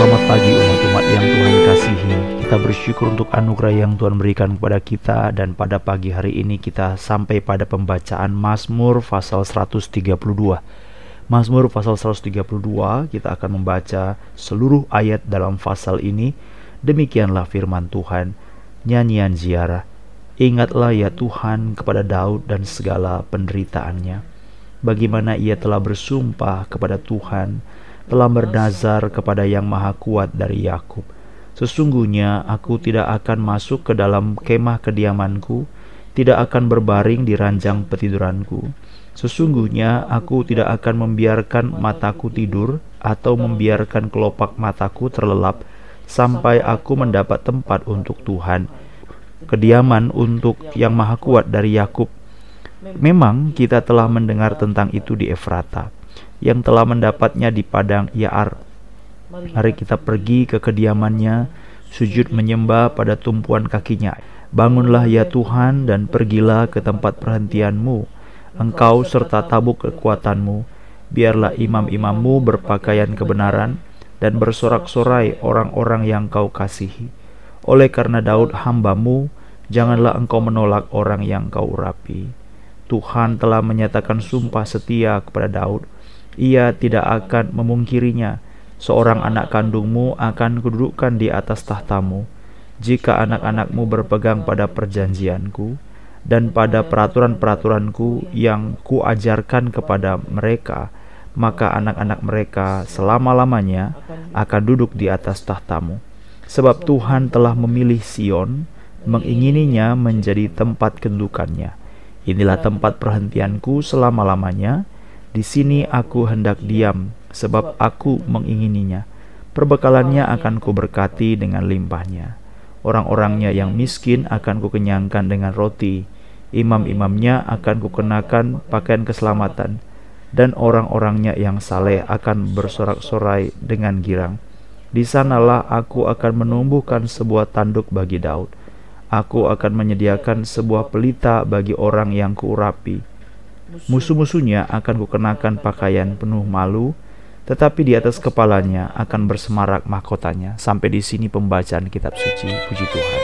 Selamat pagi umat-umat yang Tuhan kasihi. Kita bersyukur untuk anugerah yang Tuhan berikan kepada kita. Dan pada pagi hari ini kita sampai pada pembacaan Mazmur pasal 132. Mazmur pasal 132, kita akan membaca seluruh ayat dalam pasal ini. Demikianlah firman Tuhan. Nyanyian ziarah. Ingatlah ya Tuhan kepada Daud dan segala penderitaannya, bagaimana ia telah bersumpah kepada Tuhan, telah bernazar kepada Yang Maha Kuat dari Yakub. Sesungguhnya aku tidak akan masuk ke dalam kemah kediamanku, tidak akan berbaring di ranjang petiduranku. Sesungguhnya aku tidak akan membiarkan mataku tidur, atau membiarkan kelopak mataku terlelap, sampai aku mendapat tempat untuk Tuhan, kediaman untuk Yang Maha Kuat dari Yakub. Memang kita telah mendengar tentang itu di Efrata, yang telah mendapatnya di padang Yaar. Mari kita pergi ke kediamannya, sujud menyembah pada tumpuan kakinya. Bangunlah ya Tuhan dan pergilah ke tempat perhentianmu, engkau serta tabuk kekuatanmu. Biarlah imam-imammu berpakaian kebenaran dan bersorak-sorai orang-orang yang kau kasihi. Oleh karena Daud hambamu, janganlah engkau menolak orang yang kau urapi. Tuhan telah menyatakan sumpah setia kepada Daud, ia tidak akan memungkirinya. Seorang anak kandungmu akan kududukkan di atas tahtamu. Jika anak-anakmu berpegang pada perjanjianku dan pada peraturan-peraturanku yang kuajarkan kepada mereka, maka anak-anak mereka selama-lamanya akan duduk di atas tahtamu. Sebab Tuhan telah memilih Sion, mengingininya menjadi tempat kendukannya. Inilah tempat perhentianku selama-lamanya. Di sini aku hendak diam, sebab aku mengingininya. Perbekalannya akan kuberkati dengan limpahnya. Orang-orangnya yang miskin akan kukenyangkan dengan roti. Imam-imamnya akan kukenakan pakaian keselamatan, dan orang-orangnya yang saleh akan bersorak-sorai dengan girang. Di sanalah aku akan menumbuhkan sebuah tanduk bagi Daud. Aku akan menyediakan sebuah pelita bagi orang yang kuurapi. Musuh-musuhnya akan kukenakan pakaian penuh malu, tetapi di atas kepalanya akan bersemarak mahkotanya. Sampai di sini pembacaan kitab suci. Puji Tuhan.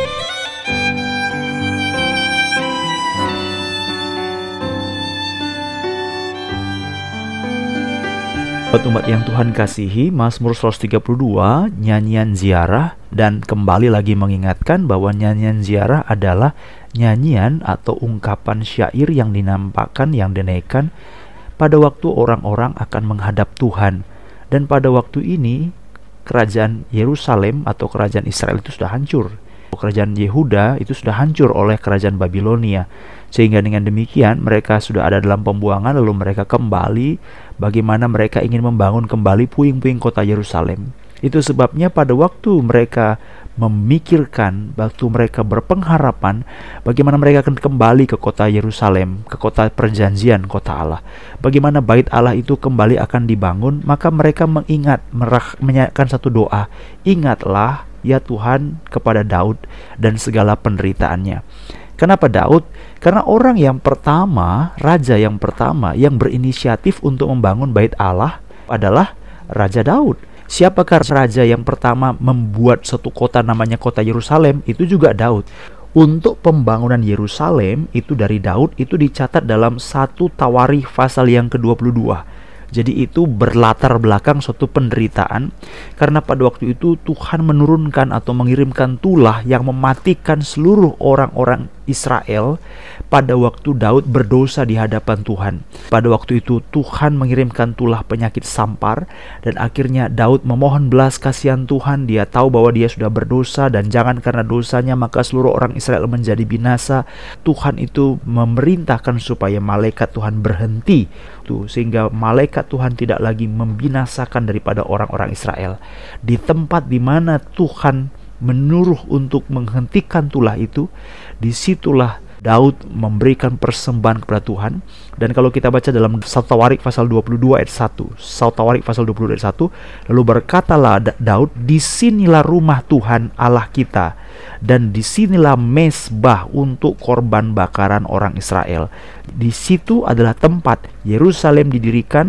Umat yang Tuhan kasihi, Mazmur 132, nyanyian ziarah. Dan kembali lagi mengingatkan bahwa nyanyian ziarah adalah nyanyian atau ungkapan syair yang dinampakkan, yang dinaikkan pada waktu orang-orang akan menghadap Tuhan. Dan pada waktu ini kerajaan Yerusalem atau kerajaan Israel itu sudah hancur. Kerajaan Yehuda itu sudah hancur oleh kerajaan Babilonia. Sehingga dengan demikian mereka sudah ada dalam pembuangan, lalu mereka kembali. Bagaimana mereka ingin membangun kembali puing-puing kota Yerusalem. Itu sebabnya pada waktu mereka memikirkan, waktu mereka berpengharapan bagaimana mereka akan kembali ke kota Yerusalem, ke kota perjanjian, kota Allah, bagaimana bait Allah itu kembali akan dibangun, maka mereka menyanyikan satu doa. Ingatlah ya Tuhan kepada Daud dan segala penderitaannya. Kenapa Daud? Karena orang yang pertama, raja yang pertama yang berinisiatif untuk membangun bait Allah adalah Raja Daud. Siapakah raja yang pertama membuat satu kota namanya kota Yerusalem? Itu juga Daud. Untuk pembangunan Yerusalem itu dari Daud itu dicatat dalam 1 Tawarikh pasal yang ke-22. Jadi itu berlatar belakang suatu penderitaan, karena pada waktu itu Tuhan menurunkan atau mengirimkan tulah yang mematikan seluruh orang-orang Israel pada waktu Daud berdosa di hadapan Tuhan. Pada waktu itu Tuhan mengirimkan tulah penyakit sampar, dan akhirnya Daud memohon belas kasihan Tuhan. Dia tahu bahwa dia sudah berdosa, dan jangan karena dosanya maka seluruh orang Israel menjadi binasa. Tuhan itu memerintahkan supaya malaikat Tuhan berhenti, sehingga malaikat Tuhan tidak lagi membinasakan daripada orang-orang Israel. Di tempat di mana Tuhan menyuruh untuk menghentikan tulah itu, disitulah Daud memberikan persembahan kepada Tuhan. Dan kalau kita baca dalam 1 Tawarikh pasal 22 ayat 1, 1 Tawarikh pasal 22 ayat 1, lalu berkatalah Daud, disinilah rumah Tuhan Allah kita, dan disinilah mezbah untuk korban bakaran orang Israel. Di situ adalah tempat Yerusalem didirikan,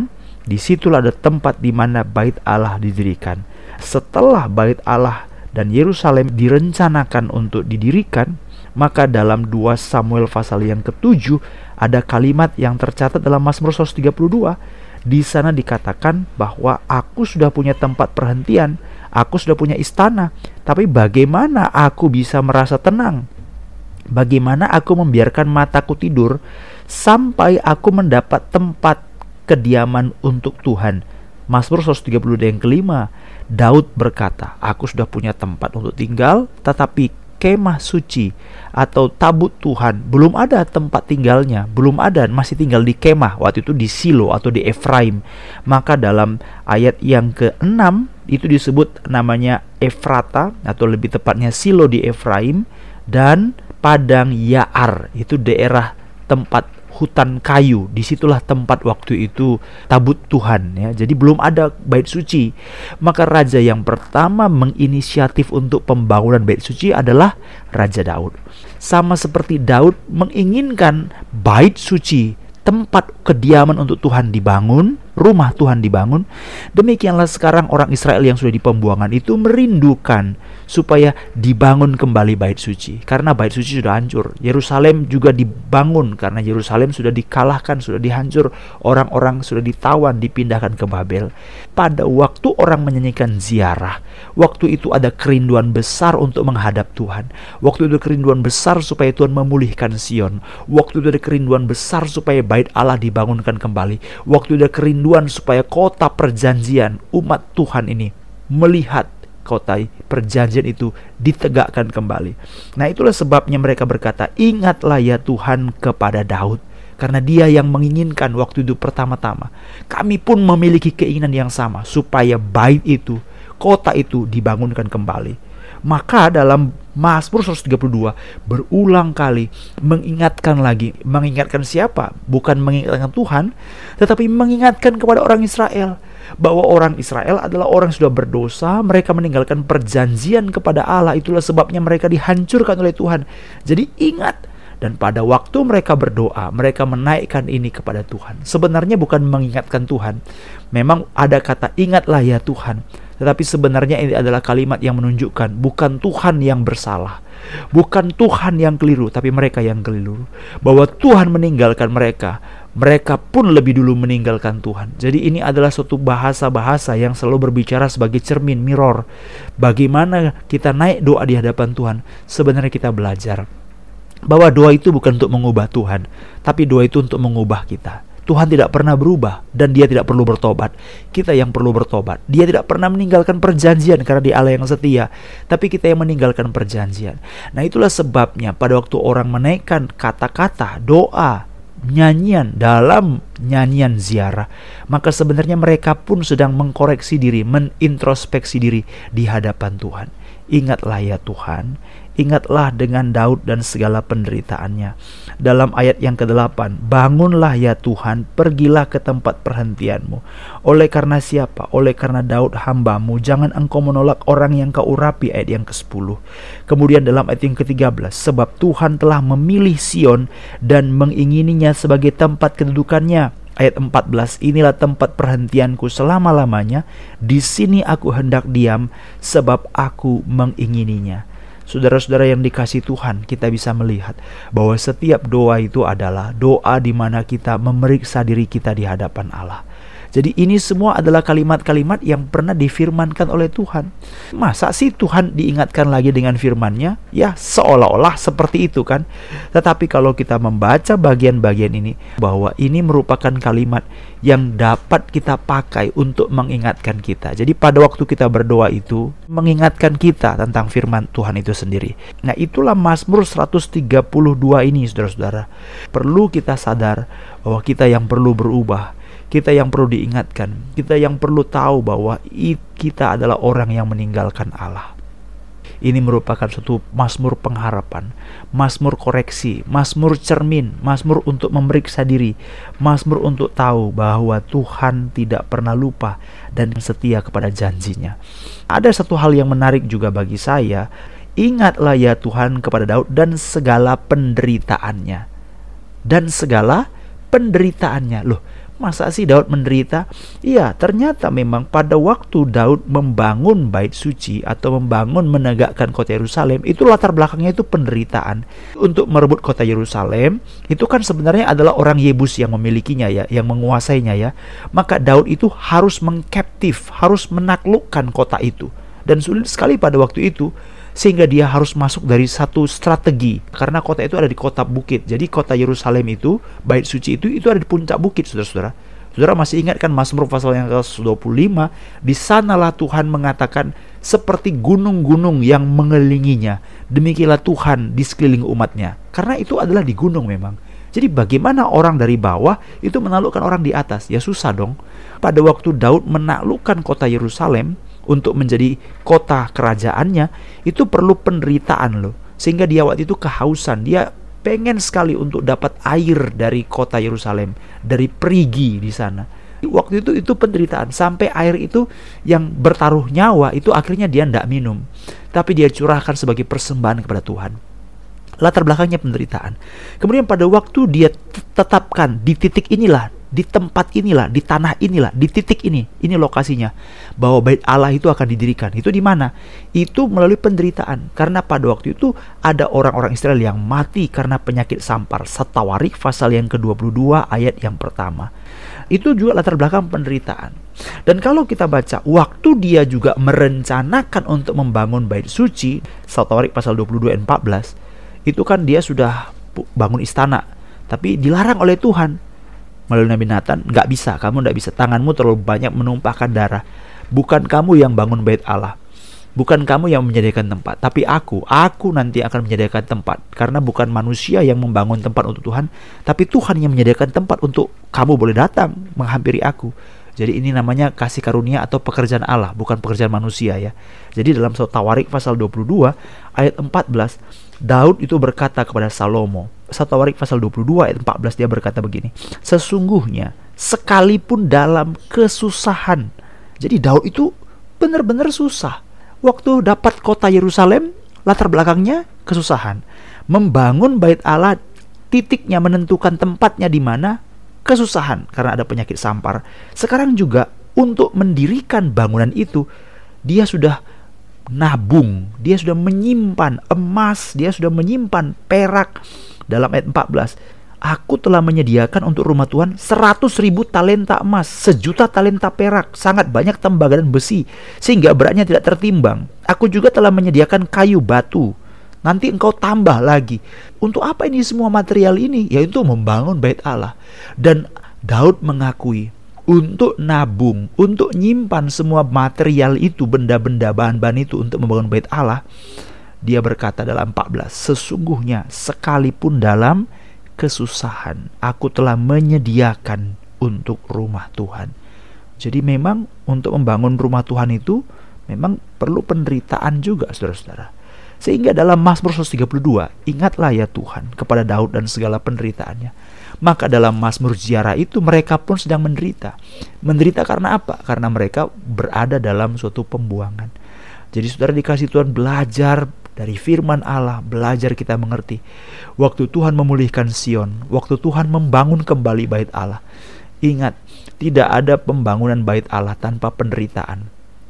Disitulah ada tempat di mana bait Allah didirikan. Setelah bait Allah dan Yerusalem direncanakan untuk didirikan, maka dalam 2 Samuel pasal yang ke-7 ada kalimat yang tercatat dalam Mazmur 132. Di sana dikatakan bahwa aku sudah punya tempat perhentian, aku sudah punya istana, tapi bagaimana aku bisa merasa tenang? Bagaimana aku membiarkan mataku tidur sampai aku mendapat tempat kediaman untuk Tuhan? Mazmur 132 yang kelima, Daud berkata, aku sudah punya tempat untuk tinggal, tetapi kemah suci atau tabut Tuhan belum ada tempat tinggalnya, belum ada, masih tinggal di kemah, waktu itu di Silo atau di Efraim. Maka dalam ayat yang ke-6 itu disebut namanya Efrata, atau lebih tepatnya Silo di Efraim, dan Padang Yaar, itu daerah tempat hutan kayu. Disitulah tempat waktu itu tabut Tuhan, ya. Jadi belum ada bait suci. Maka raja yang pertama menginisiatif untuk pembangunan bait suci adalah Raja Daud. Sama seperti Daud menginginkan bait suci, tempat kediaman untuk Tuhan dibangun, rumah Tuhan dibangun, demikianlah sekarang orang Israel yang sudah di pembuangan itu merindukan supaya dibangun kembali bait suci, karena bait suci sudah hancur. Yerusalem juga dibangun karena Yerusalem sudah dikalahkan, sudah dihancur, orang-orang sudah ditawan, dipindahkan ke Babel. Pada waktu orang menyanyikan ziarah, waktu itu ada kerinduan besar untuk menghadap Tuhan. Waktu itu kerinduan besar supaya Tuhan memulihkan Sion. Waktu itu ada kerinduan besar supaya bait Allah dibangunkan kembali. Waktu itu ada kerinduan supaya kota perjanjian umat Tuhan ini melihat kota perjanjian itu ditegakkan kembali. Nah, itulah sebabnya mereka berkata, ingatlah ya Tuhan kepada Daud, karena dia yang menginginkan waktu itu pertama-tama. Kami pun memiliki keinginan yang sama, supaya bait itu, kota itu dibangunkan kembali. Maka dalam Mazmur 132 berulang kali mengingatkan lagi. Mengingatkan siapa? Bukan mengingatkan Tuhan, tetapi mengingatkan kepada orang Israel, bahwa orang Israel adalah orang yang sudah berdosa. Mereka meninggalkan perjanjian kepada Allah. Itulah sebabnya mereka dihancurkan oleh Tuhan. Jadi ingat. Dan pada waktu mereka berdoa, mereka menaikkan ini kepada Tuhan. Sebenarnya bukan mengingatkan Tuhan. Memang ada kata ingatlah ya Tuhan, tetapi sebenarnya ini adalah kalimat yang menunjukkan bukan Tuhan yang bersalah, bukan Tuhan yang keliru, tapi mereka yang keliru. Bahwa Tuhan meninggalkan mereka, mereka pun lebih dulu meninggalkan Tuhan. Jadi ini adalah suatu bahasa-bahasa yang selalu berbicara sebagai cermin, mirror. Bagaimana kita naik doa di hadapan Tuhan, sebenarnya kita belajar bahwa doa itu bukan untuk mengubah Tuhan, tapi doa itu untuk mengubah kita. Tuhan tidak pernah berubah dan dia tidak perlu bertobat. Kita yang perlu bertobat. Dia tidak pernah meninggalkan perjanjian karena dia Allah yang setia, tapi kita yang meninggalkan perjanjian. Nah, itulah sebabnya pada waktu orang menaikkan kata-kata, doa, nyanyian dalam nyanyian ziarah, maka sebenarnya mereka pun sedang mengkoreksi diri, menintrospeksi diri di hadapan Tuhan. Ingatlah ya Tuhan, ingatlah dengan Daud dan segala penderitaannya. Dalam ayat yang ke-8, bangunlah ya Tuhan, pergilah ke tempat perhentianmu. Oleh karena siapa? Oleh karena Daud hambamu, jangan engkau menolak orang yang kau urapi, ayat yang ke-10. Kemudian dalam ayat yang ke-13, sebab Tuhan telah memilih Sion dan mengingininya sebagai tempat kedudukannya. Ayat 14, inilah tempat perhentianku selama-lamanya, di sini aku hendak diam, sebab aku mengingininya. Saudara-saudara yang dikasihi Tuhan, kita bisa melihat bahwa setiap doa itu adalah doa di mana kita memeriksa diri kita di hadapan Allah. Jadi ini semua adalah kalimat-kalimat yang pernah difirmankan oleh Tuhan. Masa sih Tuhan diingatkan lagi dengan firman-Nya? Ya, seolah-olah seperti itu kan. Tetapi kalau kita membaca bagian-bagian ini, bahwa ini merupakan kalimat yang dapat kita pakai untuk mengingatkan kita. Jadi pada waktu kita berdoa itu, mengingatkan kita tentang firman Tuhan itu sendiri. Nah, itulah Mazmur 132 ini, saudara-saudara. Perlu kita sadar bahwa kita yang perlu berubah, kita yang perlu diingatkan, kita yang perlu tahu bahwa kita adalah orang yang meninggalkan Allah. Ini merupakan suatu mazmur pengharapan, mazmur koreksi, mazmur cermin, mazmur untuk memeriksa diri, mazmur untuk tahu bahwa Tuhan tidak pernah lupa dan setia kepada janjinya. Ada satu hal yang menarik juga bagi saya, ingatlah ya Tuhan kepada Daud dan segala penderitaannya. Dan segala penderitaannya. Loh, Masa sih Daud menderita? Iya, ternyata memang pada waktu Daud membangun bait suci atau membangun menegakkan kota Yerusalem, itu latar belakangnya itu penderitaan. Untuk merebut kota Yerusalem, itu kan sebenarnya adalah orang Yebus yang memilikinya ya, yang menguasainya ya. Maka Daud itu harus mengkaptif, harus menaklukkan kota itu. Dan sulit sekali pada waktu itu, sehingga dia harus masuk dari satu strategi, karena kota itu ada di kota bukit. Jadi kota Yerusalem itu, bait suci itu ada di puncak bukit, saudara-saudara. Saudara masih ingat kan Mazmur pasal yang ke-25? Di sanalah Tuhan mengatakan, seperti gunung-gunung yang mengelilinginya, demikianlah Tuhan di sekeliling umatnya. Karena itu adalah di gunung memang. Jadi bagaimana orang dari bawah itu menaklukkan orang di atas? Ya susah dong. Pada waktu Daud menaklukkan kota Yerusalem untuk menjadi kota kerajaannya, itu perlu penderitaan loh. Sehingga dia waktu itu kehausan. Dia pengen sekali untuk dapat air dari kota Yerusalem, dari perigi di sana. Waktu itu penderitaan, sampai air itu yang bertaruh nyawa itu akhirnya dia tidak minum, tapi dia curahkan sebagai persembahan kepada Tuhan. Latar belakangnya penderitaan. Kemudian pada waktu dia tetapkan di titik inilah, di tempat inilah, di tanah inilah, di titik ini lokasinya, bahwa bait Allah itu akan didirikan. Itu di mana? Itu melalui penderitaan. Karena pada waktu itu ada orang-orang Israel yang mati karena penyakit sampar. Tawarik pasal yang ke-22 ayat yang pertama. Itu juga latar belakang penderitaan. Dan kalau kita baca, waktu dia juga merencanakan untuk membangun bait suci, Tawarik pasal 22 ayat 14, itu kan dia sudah bangun istana, tapi dilarang oleh Tuhan melalui Nabi Nathan. Nggak bisa, kamu nggak bisa, tanganmu terlalu banyak menumpahkan darah. Bukan kamu yang bangun bait Allah, bukan kamu yang menyediakan tempat, tapi aku nanti akan menyediakan tempat. Karena bukan manusia yang membangun tempat untuk Tuhan, tapi Tuhan yang menyediakan tempat untuk kamu boleh datang menghampiri aku. Jadi ini namanya kasih karunia atau pekerjaan Allah, bukan pekerjaan manusia ya. Jadi dalam Tawarik pasal 22 ayat 14, Daud itu berkata kepada Salomo. Tawarik pasal 22 ayat 14 dia berkata begini, sesungguhnya sekalipun dalam kesusahan. Jadi Daud itu benar-benar susah. Waktu dapat kota Yerusalem, latar belakangnya kesusahan. Membangun bait Allah, titiknya menentukan tempatnya di mana, kesusahan karena ada penyakit sampar. Sekarang juga untuk mendirikan bangunan itu, dia sudah nabung, dia sudah menyimpan emas, dia sudah menyimpan perak. Dalam ayat 14, aku telah menyediakan untuk rumah Tuhan 100.000 talenta emas, 1.000.000 talenta perak, sangat banyak tembaga dan besi, sehingga beratnya tidak tertimbang. Aku juga telah menyediakan kayu batu, nanti engkau tambah lagi. Untuk apa ini semua material ini? Yaitu membangun bait Allah. Dan Daud mengakui, untuk nabung, untuk nyimpan semua material itu, benda-benda, bahan-bahan itu untuk membangun bait Allah, dia berkata dalam 14, sesungguhnya sekalipun dalam kesusahan, aku telah menyediakan untuk rumah Tuhan. Jadi memang untuk membangun rumah Tuhan itu memang perlu penderitaan juga, saudara-saudara. Sehingga dalam Mazmur 132, ingatlah ya Tuhan kepada Daud dan segala penderitaannya. Maka dalam Mazmur ziarah itu mereka pun sedang menderita. Menderita karena apa? Karena mereka berada dalam suatu pembuangan. Jadi saudara dikasih Tuhan belajar dari firman Allah, belajar kita mengerti. Waktu Tuhan memulihkan Sion, waktu Tuhan membangun kembali bait Allah, ingat, tidak ada pembangunan bait Allah tanpa penderitaan.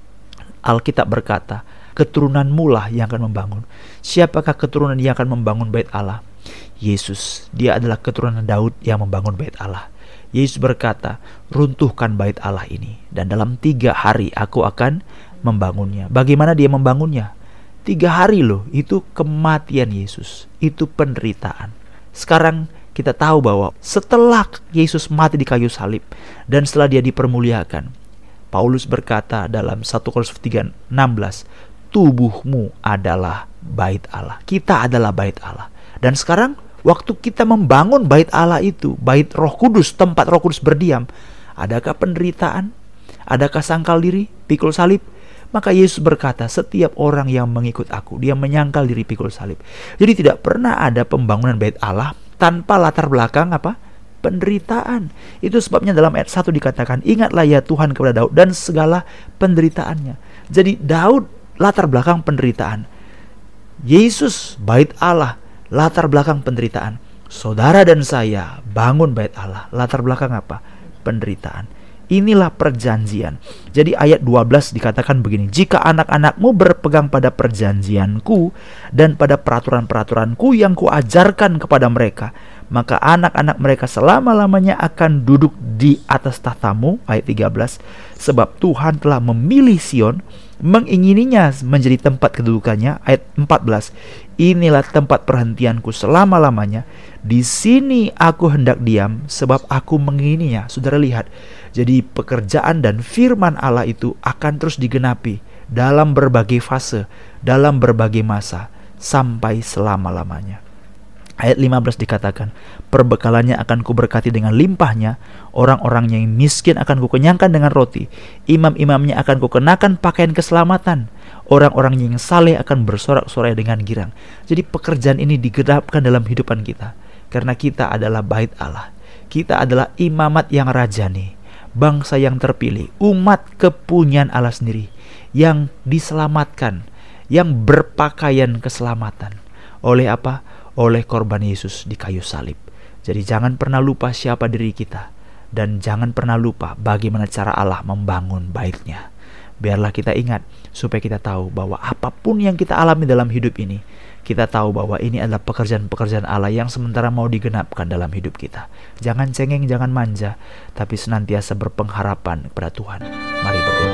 Alkitab berkata, keturunanmu lah yang akan membangun. Siapakah keturunan yang akan membangun bait Allah? Yesus. Dia adalah keturunan Daud yang membangun bait Allah. Yesus berkata, runtuhkan bait Allah ini, dan dalam 3 hari aku akan membangunnya. Bagaimana dia membangunnya? 3 hari loh, itu kematian Yesus, itu penderitaan. Sekarang kita tahu bahwa setelah Yesus mati di kayu salib dan setelah dia dipermuliakan, Paulus berkata dalam 1 Korintus 3:16, tubuhmu adalah bait Allah. Kita adalah bait Allah. Dan sekarang waktu kita membangun bait Allah itu, bait Roh Kudus, tempat Roh Kudus berdiam, adakah penderitaan? Adakah sangkal diri, pikul salib? Maka Yesus berkata, setiap orang yang mengikut aku, dia menyangkal diri, pikul salib. Jadi tidak pernah ada pembangunan bait Allah tanpa latar belakang apa? Penderitaan. Itu sebabnya dalam ayat 1 dikatakan, ingatlah ya Tuhan kepada Daud dan segala penderitaannya. Jadi Daud latar belakang penderitaan, Yesus bait Allah latar belakang penderitaan. Saudara dan saya bangun bait Allah latar belakang apa? penderitaan. Inilah perjanjian. Jadi ayat 12 dikatakan begini, jika anak-anakmu berpegang pada perjanjianku dan pada peraturan-peraturanku yang kuajarkan kepada mereka, maka anak-anak mereka selama-lamanya akan duduk di atas tahtamu. Ayat 13, sebab Tuhan telah memilih Sion, mengingininya menjadi tempat kedudukannya. Ayat 14, inilah tempat perhentianku selama-lamanya, di sini aku hendak diam, sebab aku mengingininya. Saudara lihat, jadi pekerjaan dan firman Allah itu akan terus digenapi dalam berbagai fase, dalam berbagai masa, sampai selama-lamanya. Ayat 15 dikatakan, perbekalannya akan kuberkati dengan limpahnya, orang-orangnya yang miskin akan kukenyangkan dengan roti, imam-imamnya akan kukenakan pakaian keselamatan, orang-orang yang saleh akan bersorak-sorai dengan girang. Jadi pekerjaan ini digenapkan dalam hidupan kita, karena kita adalah bait Allah. Kita adalah imamat yang rajani, bangsa yang terpilih, umat kepunyaan Allah sendiri, yang diselamatkan, yang berpakaian keselamatan. Oleh apa? Oleh korban Yesus di kayu salib. Jadi jangan pernah lupa siapa diri kita, dan jangan pernah lupa bagaimana cara Allah membangun bait-Nya. Biarlah kita ingat, supaya kita tahu bahwa apapun yang kita alami dalam hidup ini, kita tahu bahwa ini adalah pekerjaan-pekerjaan Allah yang sementara mau digenapkan dalam hidup kita. Jangan cengeng, jangan manja, tapi senantiasa berpengharapan kepada Tuhan. Mari berdoa.